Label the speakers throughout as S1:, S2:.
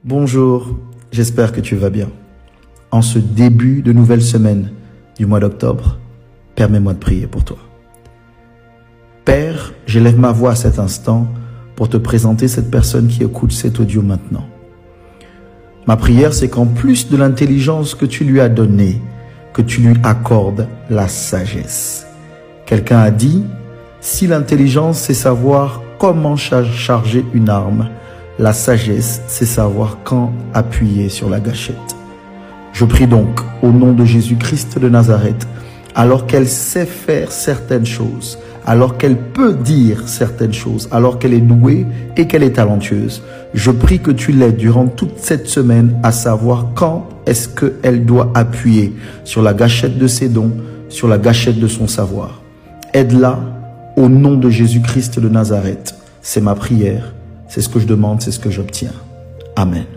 S1: Bonjour, j'espère que tu vas bien. En ce début de nouvelle semaine du mois d'octobre, permets-moi de prier pour toi. Père, j'élève ma voix à cet instant pour te présenter cette personne qui écoute cet audio maintenant. Ma prière, c'est qu'en plus de l'intelligence que tu lui as donnée, que tu lui accordes la sagesse. Quelqu'un a dit, si l'intelligence, c'est savoir comment charger une arme, la sagesse, c'est savoir quand appuyer sur la gâchette. Je prie donc au nom de Jésus-Christ de Nazareth, alors qu'elle sait faire certaines choses, alors qu'elle peut dire certaines choses, alors qu'elle est douée et qu'elle est talentueuse, je prie que tu l'aides durant toute cette semaine à savoir quand est-ce qu'elle doit appuyer sur la gâchette de ses dons, sur la gâchette de son savoir. Aide-la au nom de Jésus-Christ de Nazareth. C'est ma prière, c'est ce que je demande, c'est ce que j'obtiens. Amen.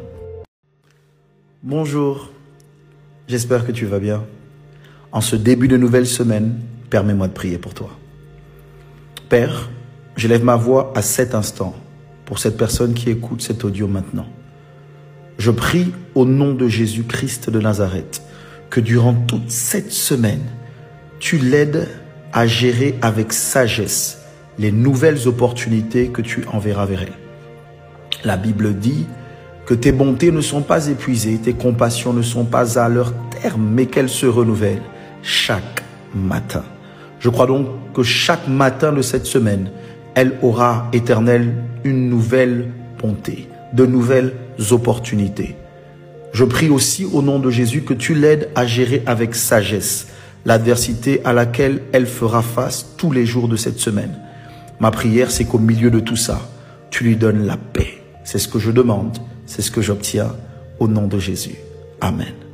S1: Bonjour, j'espère que tu vas bien. En ce début de nouvelle semaine, permets-moi de prier pour toi. Père, j'élève ma voix à cet instant pour cette personne qui écoute cet audio maintenant. Je prie au nom de Jésus-Christ de Nazareth que durant toute cette semaine, tu l'aides à gérer avec sagesse les nouvelles opportunités que tu enverras vers elle. La Bible dit que tes bontés ne sont pas épuisées, tes compassions ne sont pas à leur terme, mais qu'elles se renouvellent chaque matin. Je crois donc que chaque matin de cette semaine, elle aura, Éternel, une nouvelle bonté, de nouvelles opportunités. Je prie aussi au nom de Jésus que tu l'aides à gérer avec sagesse l'adversité à laquelle elle fera face tous les jours de cette semaine. Ma prière, c'est qu'au milieu de tout ça, tu lui donnes la paix. C'est ce que je demande, c'est ce que j'obtiens au nom de Jésus. Amen.